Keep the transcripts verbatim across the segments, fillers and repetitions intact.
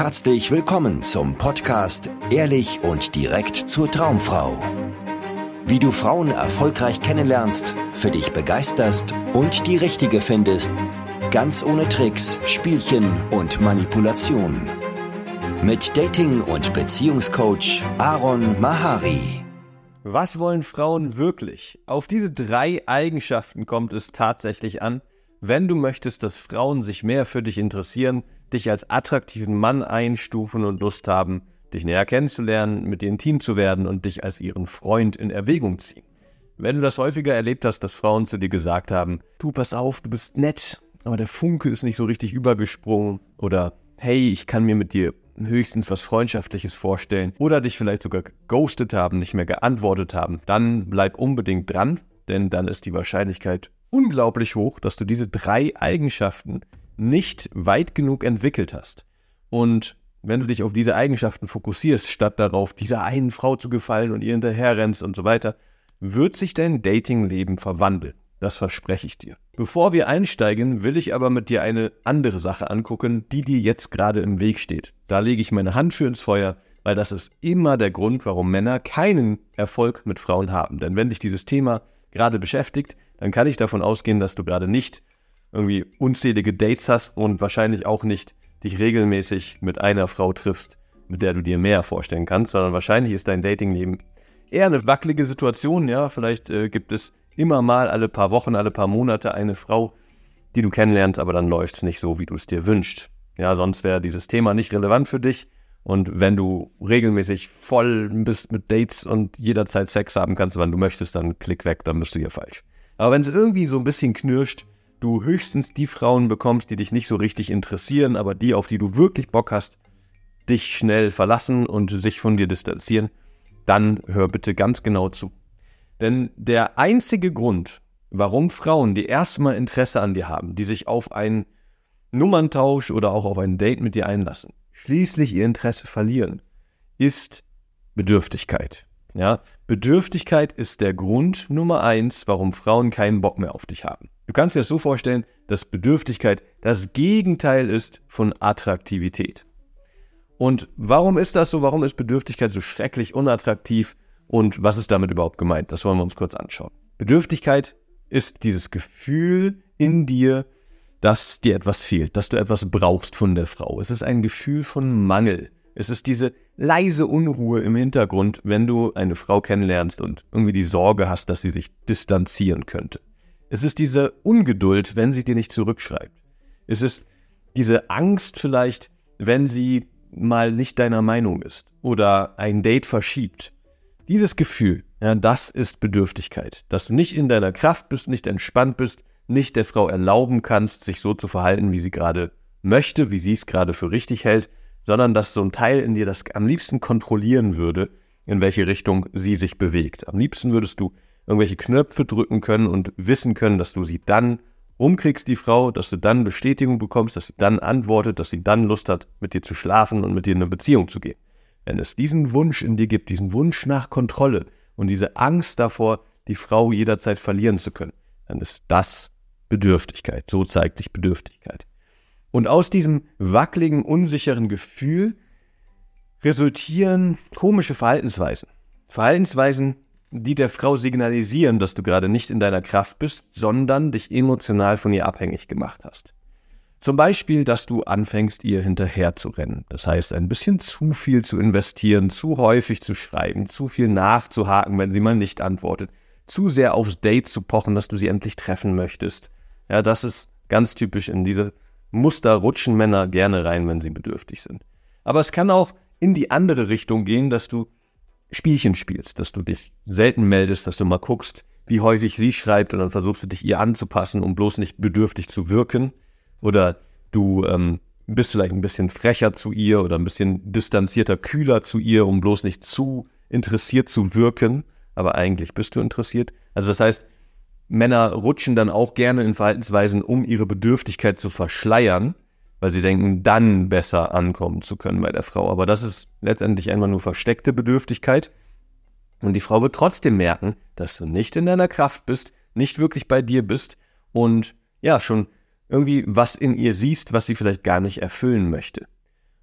Herzlich willkommen zum Podcast Ehrlich und direkt zur Traumfrau. Wie du Frauen erfolgreich kennenlernst, für dich begeisterst und die richtige findest, ganz ohne Tricks, Spielchen und Manipulation. Mit Dating- und Beziehungscoach Aaron Mahari. Was wollen Frauen wirklich? Auf diese drei Eigenschaften kommt es tatsächlich an, wenn du möchtest, dass Frauen sich mehr für dich interessieren, dich als attraktiven Mann einstufen und Lust haben, dich näher kennenzulernen, mit dir intim zu werden und dich als ihren Freund in Erwägung ziehen. Wenn du das häufiger erlebt hast, dass Frauen zu dir gesagt haben, du, pass auf, du bist nett, aber der Funke ist nicht so richtig übergesprungen, oder hey, ich kann mir mit dir höchstens was Freundschaftliches vorstellen, oder dich vielleicht sogar geghostet haben, nicht mehr geantwortet haben, dann bleib unbedingt dran, denn dann ist die Wahrscheinlichkeit unglaublich hoch, dass du diese drei Eigenschaften nicht weit genug entwickelt hast. Und wenn du dich auf diese Eigenschaften fokussierst, statt darauf, dieser einen Frau zu gefallen und ihr hinterherrennst und so weiter, wird sich dein Datingleben verwandeln. Das verspreche ich dir. Bevor wir einsteigen, will ich aber mit dir eine andere Sache angucken, die dir jetzt gerade im Weg steht. Da lege ich meine Hand für ins Feuer, weil das ist immer der Grund, warum Männer keinen Erfolg mit Frauen haben. Denn wenn dich dieses Thema gerade beschäftigt, dann kann ich davon ausgehen, dass du gerade nicht irgendwie unzählige Dates hast und wahrscheinlich auch nicht dich regelmäßig mit einer Frau triffst, mit der du dir mehr vorstellen kannst, sondern wahrscheinlich ist dein Datingleben eher eine wackelige Situation, ja, vielleicht äh, gibt es immer mal alle paar Wochen, alle paar Monate eine Frau, die du kennenlernst, aber dann läuft es nicht so, wie du es dir wünschst. Ja, sonst wäre dieses Thema nicht relevant für dich, und wenn du regelmäßig voll bist mit Dates und jederzeit Sex haben kannst, wann du möchtest, dann klick weg, dann bist du hier falsch. Aber wenn es irgendwie so ein bisschen knirscht, du höchstens die Frauen bekommst, die dich nicht so richtig interessieren, aber die, auf die du wirklich Bock hast, dich schnell verlassen und sich von dir distanzieren, dann hör bitte ganz genau zu. Denn der einzige Grund, warum Frauen, die erstmal Interesse an dir haben, die sich auf einen Nummerntausch oder auch auf ein Date mit dir einlassen, schließlich ihr Interesse verlieren, ist Bedürftigkeit. Ja, Bedürftigkeit ist der Grund Nummer eins, warum Frauen keinen Bock mehr auf dich haben. Du kannst dir das so vorstellen, dass Bedürftigkeit das Gegenteil ist von Attraktivität. Und warum ist das so? Warum ist Bedürftigkeit so schrecklich unattraktiv? Und was ist damit überhaupt gemeint? Das wollen wir uns kurz anschauen. Bedürftigkeit ist dieses Gefühl in dir, dass dir etwas fehlt, dass du etwas brauchst von der Frau. Es ist ein Gefühl von Mangel. Es ist diese leise Unruhe im Hintergrund, wenn du eine Frau kennenlernst und irgendwie die Sorge hast, dass sie sich distanzieren könnte. Es ist diese Ungeduld, wenn sie dir nicht zurückschreibt. Es ist diese Angst vielleicht, wenn sie mal nicht deiner Meinung ist oder ein Date verschiebt. Dieses Gefühl, ja, das ist Bedürftigkeit. Dass du nicht in deiner Kraft bist, nicht entspannt bist, nicht der Frau erlauben kannst, sich so zu verhalten, wie sie gerade möchte, wie sie es gerade für richtig hält, sondern dass so ein Teil in dir das am liebsten kontrollieren würde, in welche Richtung sie sich bewegt. Am liebsten würdest du irgendwelche Knöpfe drücken können und wissen können, dass du sie dann umkriegst, die Frau, dass du dann Bestätigung bekommst, dass sie dann antwortet, dass sie dann Lust hat, mit dir zu schlafen und mit dir in eine Beziehung zu gehen. Wenn es diesen Wunsch in dir gibt, diesen Wunsch nach Kontrolle und diese Angst davor, die Frau jederzeit verlieren zu können, dann ist das Bedürftigkeit. So zeigt sich Bedürftigkeit. Und aus diesem wackeligen, unsicheren Gefühl resultieren komische Verhaltensweisen. Verhaltensweisen, die der Frau signalisieren, dass du gerade nicht in deiner Kraft bist, sondern dich emotional von ihr abhängig gemacht hast. Zum Beispiel, dass du anfängst, ihr hinterher zu rennen. Das heißt, ein bisschen zu viel zu investieren, zu häufig zu schreiben, zu viel nachzuhaken, wenn sie mal nicht antwortet, zu sehr aufs Date zu pochen, dass du sie endlich treffen möchtest. Ja, das ist ganz typisch. In diese Muster rutschen Männer gerne rein, wenn sie bedürftig sind. Aber es kann auch in die andere Richtung gehen, dass du Spielchen spielst, dass du dich selten meldest, dass du mal guckst, wie häufig sie schreibt, und dann versuchst du dich ihr anzupassen, um bloß nicht bedürftig zu wirken. Oder du ähm, bist vielleicht ein bisschen frecher zu ihr oder ein bisschen distanzierter, kühler zu ihr, um bloß nicht zu interessiert zu wirken, aber eigentlich bist du interessiert. Also das heißt, Männer rutschen dann auch gerne in Verhaltensweisen, um ihre Bedürftigkeit zu verschleiern, weil sie denken, dann besser ankommen zu können bei der Frau. Aber das ist letztendlich einfach nur versteckte Bedürftigkeit. Und die Frau wird trotzdem merken, dass du nicht in deiner Kraft bist, nicht wirklich bei dir bist und ja, schon irgendwie was in ihr siehst, was sie vielleicht gar nicht erfüllen möchte.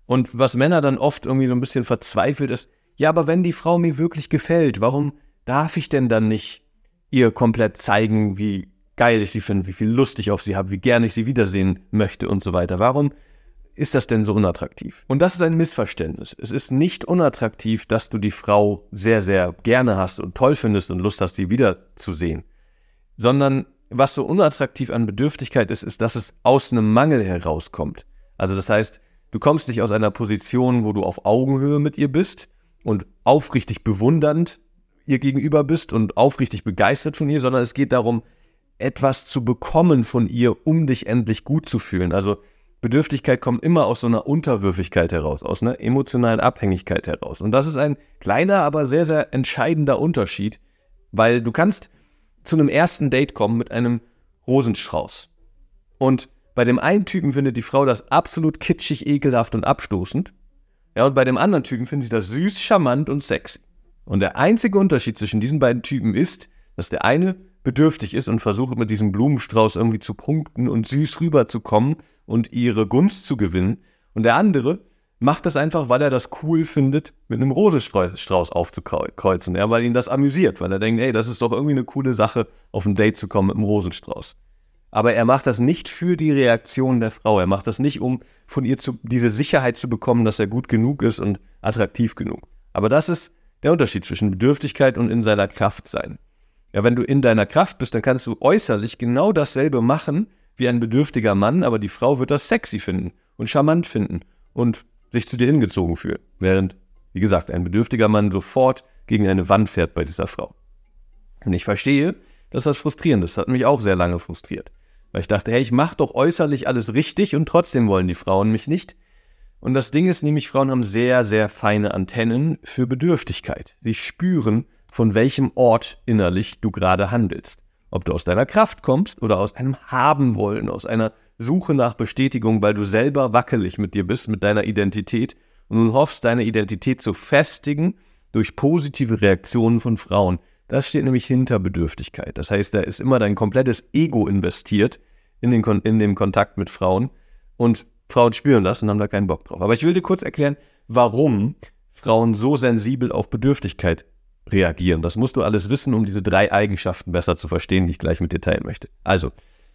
Und was Männer dann oft irgendwie so ein bisschen verzweifelt ist, ja, aber wenn die Frau mir wirklich gefällt, warum darf ich denn dann nicht ihr komplett zeigen, wie geil ich sie finde, wie viel Lust ich auf sie habe, wie gerne ich sie wiedersehen möchte und so weiter. Warum ist das denn so unattraktiv? Und das ist ein Missverständnis. Es ist nicht unattraktiv, dass du die Frau sehr, sehr gerne hast und toll findest und Lust hast, sie wiederzusehen. Sondern was so unattraktiv an Bedürftigkeit ist, ist, dass es aus einem Mangel herauskommt. Also das heißt, du kommst nicht aus einer Position, wo du auf Augenhöhe mit ihr bist und aufrichtig bewundernd ihr gegenüber bist und aufrichtig begeistert von ihr, sondern es geht darum, etwas zu bekommen von ihr, um dich endlich gut zu fühlen. Also Bedürftigkeit kommt immer aus so einer Unterwürfigkeit heraus, aus einer emotionalen Abhängigkeit heraus. Und das ist ein kleiner, aber sehr, sehr entscheidender Unterschied, weil du kannst zu einem ersten Date kommen mit einem Rosenstrauß. Und bei dem einen Typen findet die Frau das absolut kitschig, ekelhaft und abstoßend. Ja, und bei dem anderen Typen findet sie das süß, charmant und sexy. Und der einzige Unterschied zwischen diesen beiden Typen ist, dass der eine bedürftig ist und versucht, mit diesem Blumenstrauß irgendwie zu punkten und süß rüberzukommen und ihre Gunst zu gewinnen. Und der andere macht das einfach, weil er das cool findet, mit einem Rosenstrauß aufzukreuzen. Ja, weil ihn das amüsiert, weil er denkt, ey, das ist doch irgendwie eine coole Sache, auf ein Date zu kommen mit einem Rosenstrauß. Aber er macht das nicht für die Reaktion der Frau. Er macht das nicht, um von ihr zu, diese Sicherheit zu bekommen, dass er gut genug ist und attraktiv genug. Aber das ist der Unterschied zwischen Bedürftigkeit und in seiner Kraft sein. Ja, wenn du in deiner Kraft bist, dann kannst du äußerlich genau dasselbe machen wie ein bedürftiger Mann, aber die Frau wird das sexy finden und charmant finden und sich zu dir hingezogen fühlen. Während, wie gesagt, ein bedürftiger Mann sofort gegen eine Wand fährt bei dieser Frau. Und ich verstehe, dass das frustrierend ist. Das hat mich auch sehr lange frustriert. Weil ich dachte, hey, ich mache doch äußerlich alles richtig und trotzdem wollen die Frauen mich nicht. Und das Ding ist nämlich, Frauen haben sehr, sehr feine Antennen für Bedürftigkeit. Sie spüren, von welchem Ort innerlich du gerade handelst. Ob du aus deiner Kraft kommst oder aus einem Haben-Wollen, aus einer Suche nach Bestätigung, weil du selber wackelig mit dir bist, mit deiner Identität und nun hoffst, deine Identität zu festigen durch positive Reaktionen von Frauen. Das steht nämlich hinter Bedürftigkeit. Das heißt, da ist immer dein komplettes Ego investiert in den, Kon- in den Kontakt mit Frauen und Frauen spüren das und haben da keinen Bock drauf. Aber ich will dir kurz erklären, warum Frauen so sensibel auf Bedürftigkeit reagieren. Das musst du alles wissen, um diese drei Eigenschaften besser zu verstehen, die ich gleich mit dir teilen möchte. Also,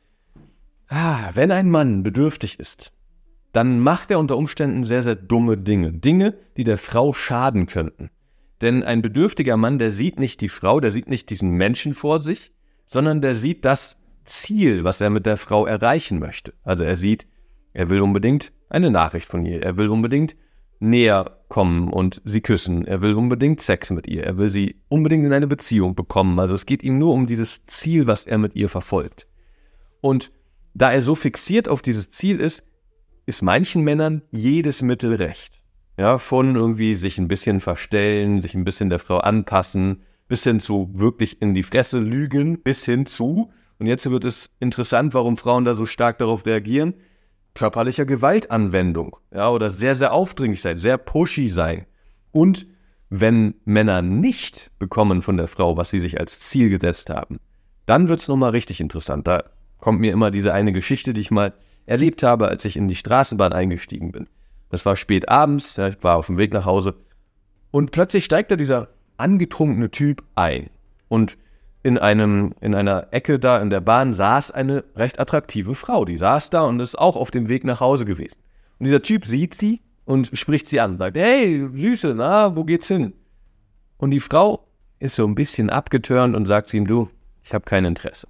ah, wenn ein Mann bedürftig ist, dann macht er unter Umständen sehr, sehr dumme Dinge. Dinge, die der Frau schaden könnten. Denn ein bedürftiger Mann, der sieht nicht die Frau, der sieht nicht diesen Menschen vor sich, sondern der sieht das Ziel, was er mit der Frau erreichen möchte. Also er sieht, er will unbedingt eine Nachricht von ihr, er will unbedingt näher kommen und sie küssen, er will unbedingt Sex mit ihr, er will sie unbedingt in eine Beziehung bekommen. Also es geht ihm nur um dieses Ziel, was er mit ihr verfolgt. Und da er so fixiert auf dieses Ziel ist, ist manchen Männern jedes Mittel recht. Ja, von irgendwie sich ein bisschen verstellen, sich ein bisschen der Frau anpassen, bis hin zu wirklich in die Fresse lügen, bis hin zu, und jetzt wird es interessant, warum Frauen da so stark darauf reagieren, körperlicher Gewaltanwendung, ja, oder sehr, sehr aufdringlich sein, sehr pushy sein. Und wenn Männer nicht bekommen von der Frau, was sie sich als Ziel gesetzt haben, dann wird es nochmal richtig interessant. Da kommt mir immer diese eine Geschichte, die ich mal erlebt habe, als ich in die Straßenbahn eingestiegen bin. Das war spät abends, ja, ich war auf dem Weg nach Hause und plötzlich steigt da dieser angetrunkene Typ ein. Und in einem, in einer Ecke da in der Bahn saß eine recht attraktive Frau. Die saß da und ist auch auf dem Weg nach Hause gewesen. Und dieser Typ sieht sie und spricht sie an und sagt, hey, Süße, na, wo geht's hin? Und die Frau ist so ein bisschen abgeturnt und sagt zu ihm, du, ich habe kein Interesse.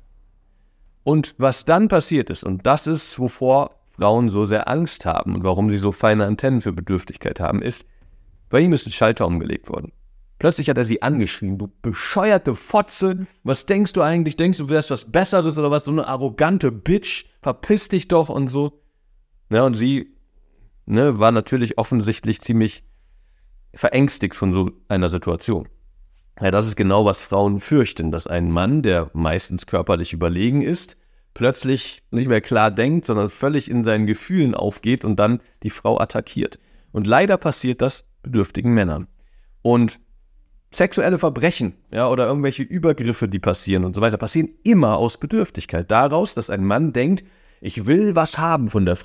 Und was dann passiert ist, und das ist, wovor Frauen so sehr Angst haben und warum sie so feine Antennen für Bedürftigkeit haben, ist, bei ihm ist ein Schalter umgelegt worden. Plötzlich hat er sie angeschrien, du bescheuerte Fotze, was denkst du eigentlich? Denkst du, du wärst was Besseres oder was? So eine arrogante Bitch, verpiss dich doch und so. Ja, und sie ne, war natürlich offensichtlich ziemlich verängstigt von so einer Situation. Ja, das ist genau, was Frauen fürchten, dass ein Mann, der meistens körperlich überlegen ist, plötzlich nicht mehr klar denkt, sondern völlig in seinen Gefühlen aufgeht und dann die Frau attackiert. Und leider passiert das bedürftigen Männern. Und sexuelle Verbrechen, ja, oder irgendwelche Übergriffe, die passieren und so weiter, passieren immer aus Bedürftigkeit. Daraus, dass ein Mann denkt, ich will was haben von der Frau,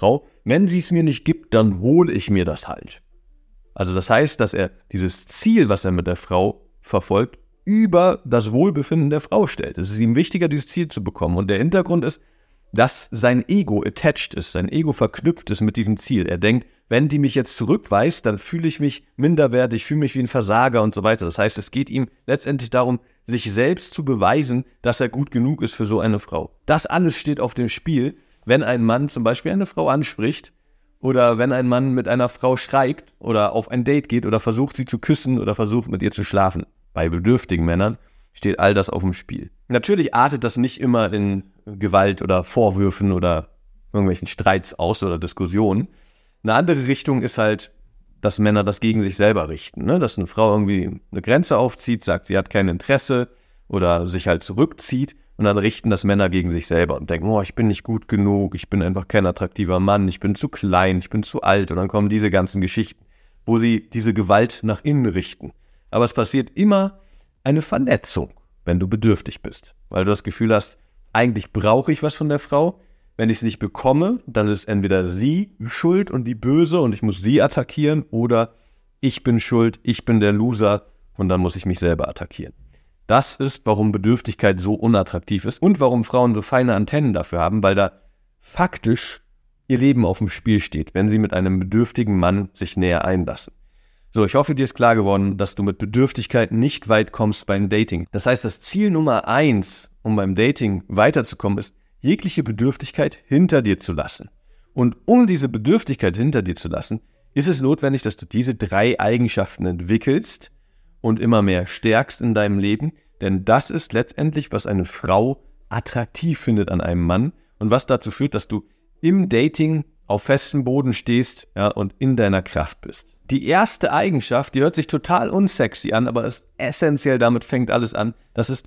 wenn sie es mir nicht gibt, dann hole ich mir das halt. Also das heißt, dass er dieses Ziel, was er mit der Frau verfolgt, über das Wohlbefinden der Frau stellt. Es ist ihm wichtiger, dieses Ziel zu bekommen. Und der Hintergrund ist, dass sein Ego attached ist, sein Ego verknüpft ist mit diesem Ziel. Er denkt, wenn die mich jetzt zurückweist, dann fühle ich mich minderwertig, fühle mich wie ein Versager und so weiter. Das heißt, es geht ihm letztendlich darum, sich selbst zu beweisen, dass er gut genug ist für so eine Frau. Das alles steht auf dem Spiel, wenn ein Mann zum Beispiel eine Frau anspricht oder wenn ein Mann mit einer Frau streikt oder auf ein Date geht oder versucht, sie zu küssen oder versucht, mit ihr zu schlafen. Bei bedürftigen Männern steht all das auf dem Spiel. Natürlich artet das nicht immer in Gewalt oder Vorwürfen oder irgendwelchen Streits aus oder Diskussionen. Eine andere Richtung ist halt, dass Männer das gegen sich selber richten. Ne? Dass eine Frau irgendwie eine Grenze aufzieht, sagt, sie hat kein Interesse oder sich halt zurückzieht und dann richten das Männer gegen sich selber und denken, oh, ich bin nicht gut genug, ich bin einfach kein attraktiver Mann, ich bin zu klein, ich bin zu alt und dann kommen diese ganzen Geschichten, wo sie diese Gewalt nach innen richten. Aber es passiert immer eine Verletzung, wenn du bedürftig bist, weil du das Gefühl hast, eigentlich brauche ich was von der Frau. Wenn ich es nicht bekomme, dann ist entweder sie schuld und die Böse und ich muss sie attackieren oder ich bin schuld, ich bin der Loser und dann muss ich mich selber attackieren. Das ist, warum Bedürftigkeit so unattraktiv ist und warum Frauen so feine Antennen dafür haben, weil da faktisch ihr Leben auf dem Spiel steht, wenn sie mit einem bedürftigen Mann sich näher einlassen. So, ich hoffe, dir ist klar geworden, dass du mit Bedürftigkeit nicht weit kommst beim Dating. Das heißt, das Ziel Nummer eins, um beim Dating weiterzukommen, ist, jegliche Bedürftigkeit hinter dir zu lassen. Und um diese Bedürftigkeit hinter dir zu lassen, ist es notwendig, dass du diese drei Eigenschaften entwickelst und immer mehr stärkst in deinem Leben, denn das ist letztendlich, was eine Frau attraktiv findet an einem Mann und was dazu führt, dass du im Dating auf festem Boden stehst, ja, und in deiner Kraft bist. Die erste Eigenschaft, die hört sich total unsexy an, aber ist essentiell, damit fängt alles an, das ist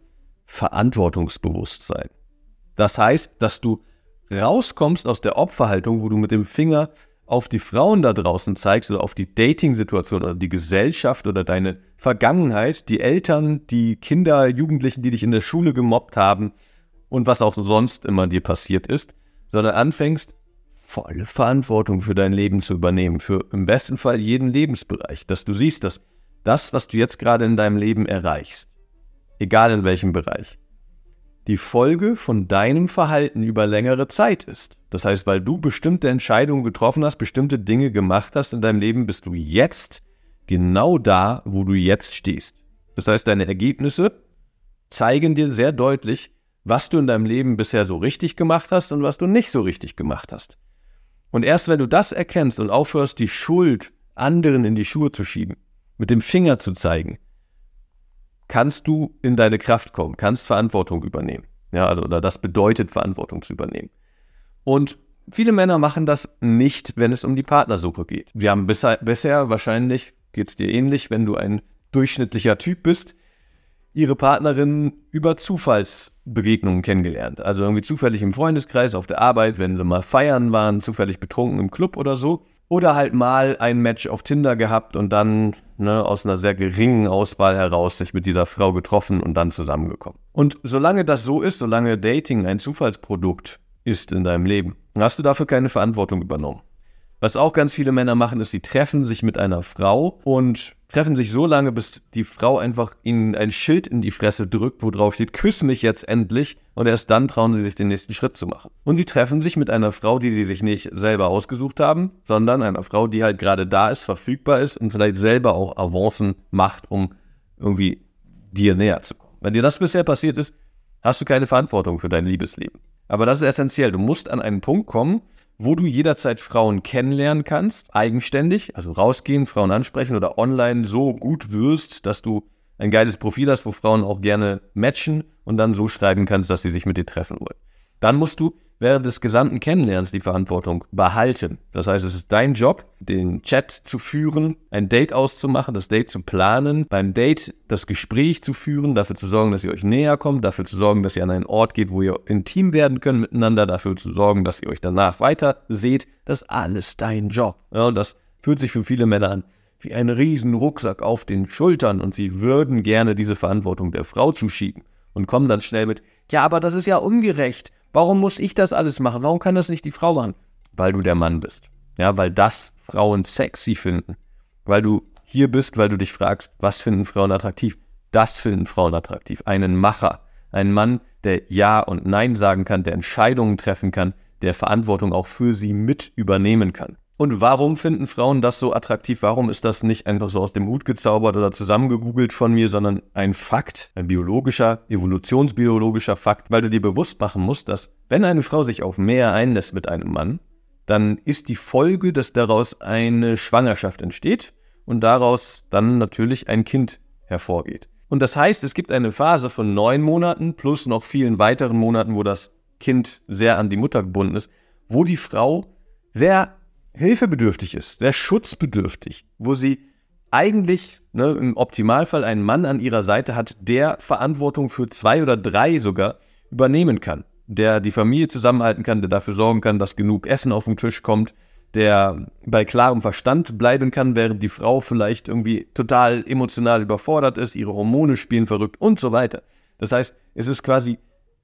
Verantwortungsbewusstsein. Das heißt, dass du rauskommst aus der Opferhaltung, wo du mit dem Finger auf die Frauen da draußen zeigst oder auf die Dating-Situation oder die Gesellschaft oder deine Vergangenheit, die Eltern, die Kinder, Jugendlichen, die dich in der Schule gemobbt haben und was auch sonst immer dir passiert ist, sondern anfängst, volle Verantwortung für dein Leben zu übernehmen, für im besten Fall jeden Lebensbereich, dass du siehst, dass das, was du jetzt gerade in deinem Leben erreichst, egal in welchem Bereich, die Folge von deinem Verhalten über längere Zeit ist. Das heißt, weil du bestimmte Entscheidungen getroffen hast, bestimmte Dinge gemacht hast in deinem Leben, bist du jetzt genau da, wo du jetzt stehst. Das heißt, deine Ergebnisse zeigen dir sehr deutlich, was du in deinem Leben bisher so richtig gemacht hast und was du nicht so richtig gemacht hast. Und erst wenn du das erkennst und aufhörst, die Schuld anderen in die Schuhe zu schieben, mit dem Finger zu zeigen, kannst du in deine Kraft kommen, kannst Verantwortung übernehmen. Ja, also, oder das bedeutet, Verantwortung zu übernehmen. Und viele Männer machen das nicht, wenn es um die Partnersuche geht. Wir haben bisher, bisher wahrscheinlich, geht es dir ähnlich, wenn du ein durchschnittlicher Typ bist, ihre Partnerin über Zufallsbegegnungen kennengelernt. Also irgendwie zufällig im Freundeskreis, auf der Arbeit, wenn sie mal feiern waren, zufällig betrunken im Club oder so. Oder halt mal ein Match auf Tinder gehabt und dann ne, aus einer sehr geringen Auswahl heraus sich mit dieser Frau getroffen und dann zusammengekommen. Und solange das so ist, solange Dating ein Zufallsprodukt ist in deinem Leben, hast du dafür keine Verantwortung übernommen. Was auch ganz viele Männer machen, ist, sie treffen sich mit einer Frau und treffen sich so lange, bis die Frau einfach ihnen ein Schild in die Fresse drückt, wo drauf steht, küss mich jetzt endlich, und erst dann trauen sie sich den nächsten Schritt zu machen. Und sie treffen sich mit einer Frau, die sie sich nicht selber ausgesucht haben, sondern einer Frau, die halt gerade da ist, verfügbar ist und vielleicht selber auch Avancen macht, um irgendwie dir näher zu kommen. Wenn dir das bisher passiert ist, hast du keine Verantwortung für dein Liebesleben. Aber das ist essentiell. Du musst an einen Punkt kommen, wo du jederzeit Frauen kennenlernen kannst, eigenständig, also rausgehen, Frauen ansprechen oder online so gut wirst, dass du ein geiles Profil hast, wo Frauen auch gerne matchen und dann so schreiben kannst, dass sie sich mit dir treffen wollen. Dann musst du während des gesamten Kennenlernens die Verantwortung behalten. Das heißt, es ist dein Job, den Chat zu führen, ein Date auszumachen, das Date zu planen, beim Date das Gespräch zu führen, dafür zu sorgen, dass ihr euch näher kommt, dafür zu sorgen, dass ihr an einen Ort geht, wo ihr intim werden könnt miteinander, dafür zu sorgen, dass ihr euch danach weiter seht. Das ist alles dein Job. Ja, und das fühlt sich für viele Männer an wie ein riesen Rucksack auf den Schultern und sie würden gerne diese Verantwortung der Frau zuschieben und kommen dann schnell mit, ja, aber das ist ja ungerecht. Warum muss ich das alles machen? Warum kann das nicht die Frau machen? weil du der Mann bist. Ja, weil das Frauen sexy finden. Weil du hier bist, weil du dich fragst, was finden Frauen attraktiv? Das finden Frauen attraktiv. Einen Macher. Einen Mann, der Ja und Nein sagen kann, der Entscheidungen treffen kann, der Verantwortung auch für sie mit übernehmen kann. Und warum finden Frauen das so attraktiv? Warum ist das nicht einfach so aus dem Hut gezaubert oder zusammengegoogelt von mir, sondern ein Fakt, ein biologischer, evolutionsbiologischer Fakt, weil du dir bewusst machen musst, dass wenn eine Frau sich auf mehr einlässt mit einem Mann, dann ist die Folge, dass daraus eine Schwangerschaft entsteht und daraus dann natürlich ein Kind hervorgeht. Und das heißt, es gibt eine Phase von neun Monaten plus noch vielen weiteren Monaten, wo das Kind sehr an die Mutter gebunden ist, wo die Frau sehr hilfebedürftig ist, sehr schutzbedürftig, wo sie eigentlich ne, im Optimalfall einen Mann an ihrer Seite hat, der Verantwortung für zwei oder drei sogar übernehmen kann, der die Familie zusammenhalten kann, der dafür sorgen kann, dass genug Essen auf den Tisch kommt, der bei klarem Verstand bleiben kann, während die Frau vielleicht irgendwie total emotional überfordert ist, ihre Hormone spielen verrückt und so weiter. Das heißt, es ist quasi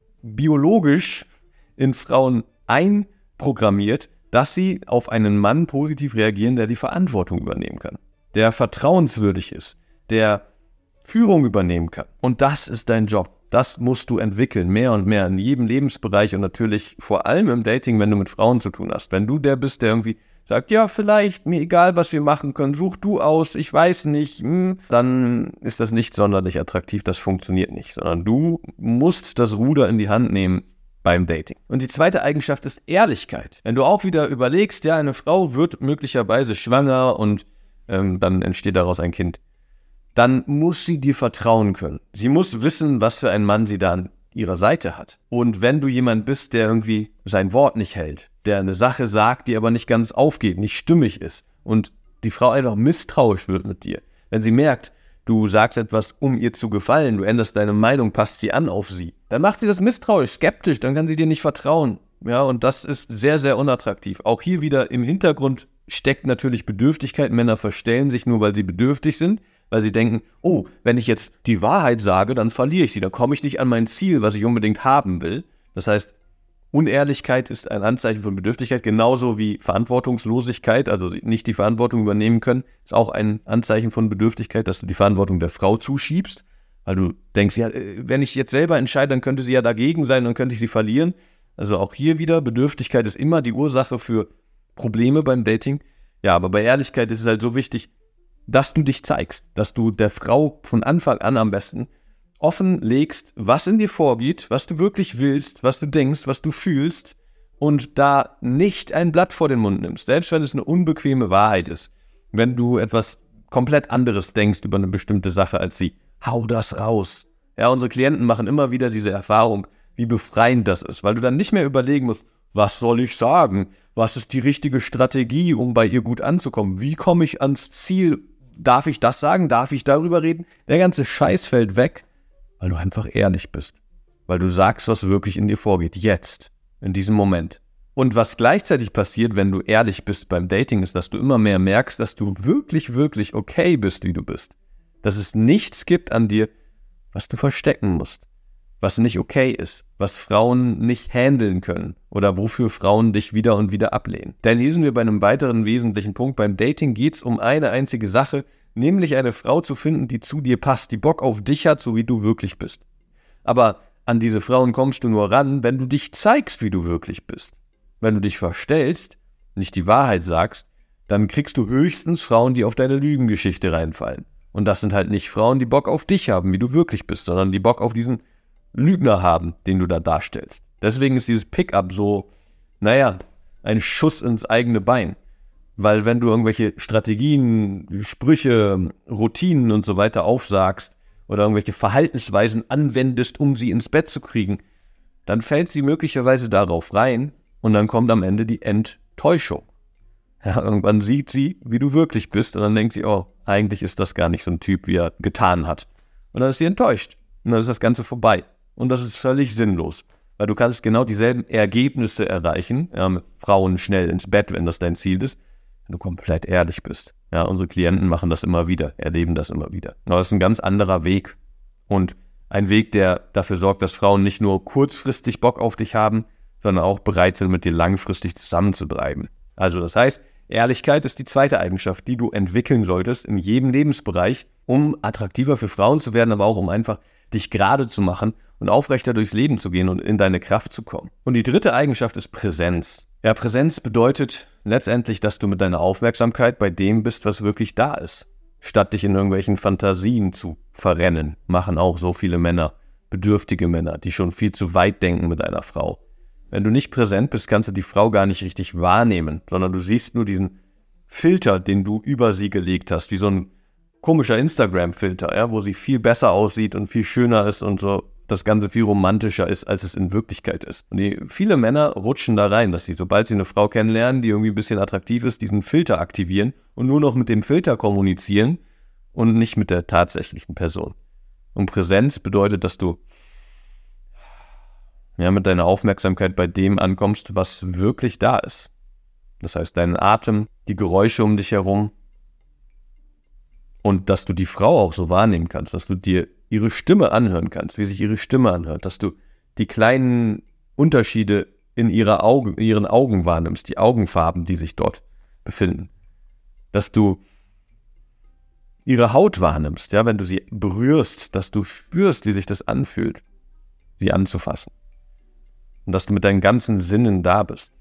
biologisch in Frauen einprogrammiert, dass sie auf einen Mann positiv reagieren, der die Verantwortung übernehmen kann, der vertrauenswürdig ist, der Führung übernehmen kann. Und das ist dein Job. Das musst du entwickeln, mehr und mehr in jedem Lebensbereich und natürlich vor allem im Dating, wenn du mit Frauen zu tun hast. Wenn du der bist, der irgendwie sagt, ja, vielleicht, mir egal, was wir machen können, such du aus, ich weiß nicht, hm, dann ist das nicht sonderlich attraktiv, das funktioniert nicht, sondern du musst das Ruder in die Hand nehmen beim Dating. Und die zweite Eigenschaft ist Ehrlichkeit. Wenn du auch wieder überlegst, ja, eine Frau wird möglicherweise schwanger und ähm, dann entsteht daraus ein Kind, dann muss sie dir vertrauen können. Sie muss wissen, was für ein Mann sie da an ihrer Seite hat. Und wenn du jemand bist, der irgendwie sein Wort nicht hält, der eine Sache sagt, die aber nicht ganz aufgeht, nicht stimmig ist und die Frau einfach misstrauisch wird mit dir, wenn sie merkt, du sagst etwas, um ihr zu gefallen, du änderst deine Meinung, passt sie an auf sie, dann macht sie das misstrauisch, skeptisch, dann kann sie dir nicht vertrauen. Ja, und das ist sehr, sehr unattraktiv. Auch hier wieder im Hintergrund steckt natürlich Bedürftigkeit. Männer verstellen sich nur, weil sie bedürftig sind, weil sie denken, oh, wenn ich jetzt die Wahrheit sage, dann verliere ich sie, dann komme ich nicht an mein Ziel, was ich unbedingt haben will. Das heißt, Unehrlichkeit ist ein Anzeichen von Bedürftigkeit, genauso wie Verantwortungslosigkeit, also nicht die Verantwortung übernehmen können, ist auch ein Anzeichen von Bedürftigkeit, dass du die Verantwortung der Frau zuschiebst, weil du denkst, ja, wenn ich jetzt selber entscheide, dann könnte sie ja dagegen sein, dann könnte ich sie verlieren. Also auch hier wieder, Bedürftigkeit ist immer die Ursache für Probleme beim Dating. Ja, aber bei Ehrlichkeit ist es halt so wichtig, dass du dich zeigst, dass du der Frau von Anfang an am besten offen legst, was in dir vorgeht, was du wirklich willst, was du denkst, was du fühlst und da nicht ein Blatt vor den Mund nimmst, selbst wenn es eine unbequeme Wahrheit ist. Wenn du etwas komplett anderes denkst über eine bestimmte Sache als sie, hau das raus. Ja, unsere Klienten machen immer wieder diese Erfahrung, wie befreiend das ist, weil du dann nicht mehr überlegen musst, was soll ich sagen? Was ist die richtige Strategie, um bei ihr gut anzukommen? Wie komme ich ans Ziel? Darf ich das sagen? Darf ich darüber reden? Der ganze Scheiß fällt weg, weil du einfach ehrlich bist. Weil du sagst, was wirklich in dir vorgeht. Jetzt. In diesem Moment. Und was gleichzeitig passiert, wenn du ehrlich bist beim Dating, ist, dass du immer mehr merkst, dass du wirklich, wirklich okay bist, wie du bist. Dass es nichts gibt an dir, was du verstecken musst. Was nicht okay ist, was Frauen nicht handeln können oder wofür Frauen dich wieder und wieder ablehnen. Dann lesen wir bei einem weiteren wesentlichen Punkt. Beim Dating geht es um eine einzige Sache, nämlich eine Frau zu finden, die zu dir passt, die Bock auf dich hat, so wie du wirklich bist. Aber an diese Frauen kommst du nur ran, wenn du dich zeigst, wie du wirklich bist. Wenn du dich verstellst, nicht die Wahrheit sagst, dann kriegst du höchstens Frauen, die auf deine Lügengeschichte reinfallen. Und das sind halt nicht Frauen, die Bock auf dich haben, wie du wirklich bist, sondern die Bock auf diesen Lügner haben, den du da darstellst. Deswegen ist dieses Pickup so, naja, ein Schuss ins eigene Bein. Weil wenn du irgendwelche Strategien, Sprüche, Routinen und so weiter aufsagst oder irgendwelche Verhaltensweisen anwendest, um sie ins Bett zu kriegen, dann fällt sie möglicherweise darauf rein und dann kommt am Ende die Enttäuschung. Ja, irgendwann sieht sie, wie du wirklich bist und dann denkt sie, oh, eigentlich ist das gar nicht so ein Typ, wie er getan hat. Und dann ist sie enttäuscht und dann ist das Ganze vorbei. Und das ist völlig sinnlos, weil du kannst genau dieselben Ergebnisse erreichen, ja, mit Frauen schnell ins Bett, wenn das dein Ziel ist, wenn du komplett ehrlich bist. Ja, unsere Klienten machen das immer wieder, erleben das immer wieder. Aber das ist ein ganz anderer Weg und ein Weg, der dafür sorgt, dass Frauen nicht nur kurzfristig Bock auf dich haben, sondern auch bereit sind, mit dir langfristig zusammenzubleiben. Also das heißt, Ehrlichkeit ist die zweite Eigenschaft, die du entwickeln solltest in jedem Lebensbereich, um attraktiver für Frauen zu werden, aber auch um einfach dich gerade zu machen und aufrechter durchs Leben zu gehen und in deine Kraft zu kommen. Und die dritte Eigenschaft ist Präsenz. Ja, Präsenz bedeutet letztendlich, dass du mit deiner Aufmerksamkeit bei dem bist, was wirklich da ist. Statt dich in irgendwelchen Fantasien zu verrennen, machen auch so viele Männer, bedürftige Männer, die schon viel zu weit denken mit einer Frau. Wenn du nicht präsent bist, kannst du die Frau gar nicht richtig wahrnehmen, sondern du siehst nur diesen Filter, den du über sie gelegt hast, wie so ein komischer Instagram-Filter, ja, wo sie viel besser aussieht und viel schöner ist und so das Ganze viel romantischer ist, als es in Wirklichkeit ist. Und die, viele Männer rutschen da rein, dass sie, sobald sie eine Frau kennenlernen, die irgendwie ein bisschen attraktiv ist, diesen Filter aktivieren und nur noch mit dem Filter kommunizieren und nicht mit der tatsächlichen Person. Und Präsenz bedeutet, dass du ja, mit deiner Aufmerksamkeit bei dem ankommst, was wirklich da ist. Das heißt, deinen Atem, die Geräusche um dich herum und dass du die Frau auch so wahrnehmen kannst, dass du dir ihre Stimme anhören kannst, wie sich ihre Stimme anhört, dass du die kleinen Unterschiede in ihrer Augen, in ihren Augen wahrnimmst, die Augenfarben, die sich dort befinden. Dass du ihre Haut wahrnimmst, ja, wenn du sie berührst, dass du spürst, wie sich das anfühlt, sie anzufassen. Und dass du mit deinen ganzen Sinnen da bist.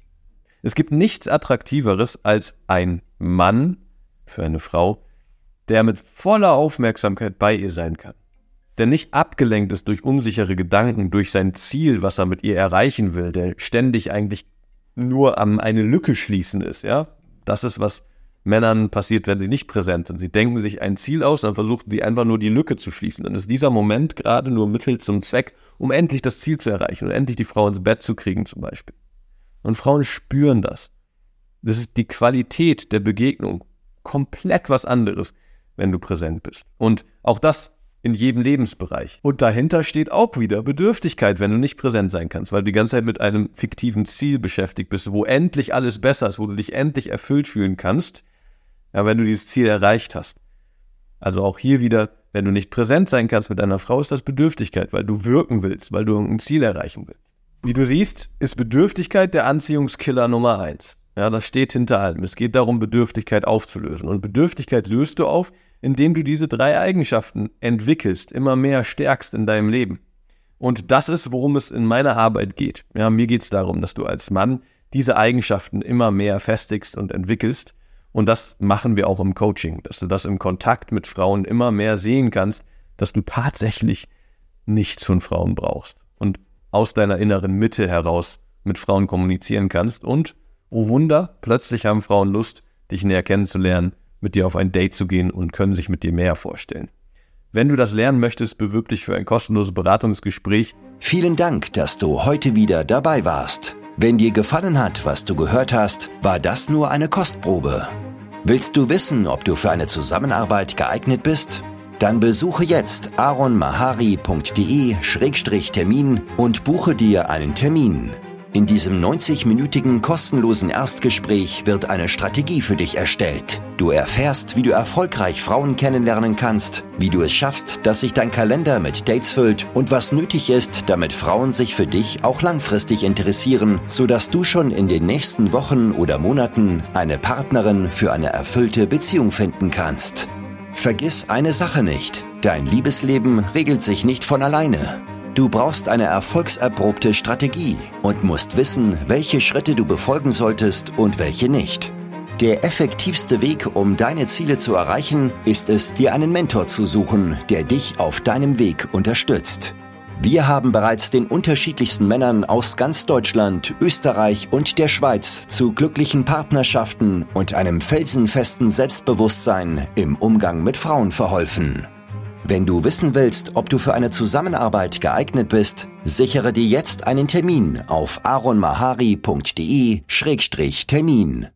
Es gibt nichts Attraktiveres als ein Mann für eine Frau, der mit voller Aufmerksamkeit bei ihr sein kann. Der nicht abgelenkt ist durch unsichere Gedanken, durch sein Ziel, was er mit ihr erreichen will, der ständig eigentlich nur am eine Lücke schließen ist, ja. Das ist, was Männern passiert, wenn sie nicht präsent sind. Sie denken sich ein Ziel aus, dann versuchen sie einfach nur die Lücke zu schließen. Dann ist dieser Moment gerade nur Mittel zum Zweck, um endlich das Ziel zu erreichen und endlich die Frau ins Bett zu kriegen zum Beispiel. Und Frauen spüren das. Das ist die Qualität der Begegnung. Komplett was anderes, wenn du präsent bist. Und auch das in jedem Lebensbereich. Und dahinter steht auch wieder Bedürftigkeit, wenn du nicht präsent sein kannst, weil du die ganze Zeit mit einem fiktiven Ziel beschäftigt bist, wo endlich alles besser ist, wo du dich endlich erfüllt fühlen kannst, ja, wenn du dieses Ziel erreicht hast. Also auch hier wieder, wenn du nicht präsent sein kannst mit einer Frau, ist das Bedürftigkeit, weil du wirken willst, weil du irgendein Ziel erreichen willst. Wie du siehst, ist Bedürftigkeit der Anziehungskiller Nummer eins. Ja, das steht hinter allem. Es geht darum, Bedürftigkeit aufzulösen. Und Bedürftigkeit löst du auf, indem du diese drei Eigenschaften entwickelst, immer mehr stärkst in deinem Leben. Und das ist, worum es in meiner Arbeit geht. Ja, mir geht es darum, dass du als Mann diese Eigenschaften immer mehr festigst und entwickelst. Und das machen wir auch im Coaching, dass du das im Kontakt mit Frauen immer mehr sehen kannst, dass du tatsächlich nichts von Frauen brauchst und aus deiner inneren Mitte heraus mit Frauen kommunizieren kannst. Und, oh Wunder, plötzlich haben Frauen Lust, dich näher kennenzulernen, mit dir auf ein Date zu gehen und können sich mit dir mehr vorstellen. Wenn du das lernen möchtest, bewirb dich für ein kostenloses Beratungsgespräch. Vielen Dank, dass du heute wieder dabei warst. Wenn dir gefallen hat, was du gehört hast, war das nur eine Kostprobe. Willst du wissen, ob du für eine Zusammenarbeit geeignet bist? Dann besuche jetzt aronmahari punkt de Schrägstrich Termin und buche dir einen Termin. In diesem neunzig-minütigen kostenlosen Erstgespräch wird eine Strategie für dich erstellt. Du erfährst, wie du erfolgreich Frauen kennenlernen kannst, wie du es schaffst, dass sich dein Kalender mit Dates füllt und was nötig ist, damit Frauen sich für dich auch langfristig interessieren, sodass du schon in den nächsten Wochen oder Monaten eine Partnerin für eine erfüllte Beziehung finden kannst. Vergiss eine Sache nicht: Dein Liebesleben regelt sich nicht von alleine. Du brauchst eine erfolgserprobte Strategie und musst wissen, welche Schritte du befolgen solltest und welche nicht. Der effektivste Weg, um deine Ziele zu erreichen, ist es, dir einen Mentor zu suchen, der dich auf deinem Weg unterstützt. Wir haben bereits den unterschiedlichsten Männern aus ganz Deutschland, Österreich und der Schweiz zu glücklichen Partnerschaften und einem felsenfesten Selbstbewusstsein im Umgang mit Frauen verholfen. Wenn du wissen willst, ob du für eine Zusammenarbeit geeignet bist, sichere dir jetzt einen Termin auf aronmahari punkt de Schrägstrich Termin.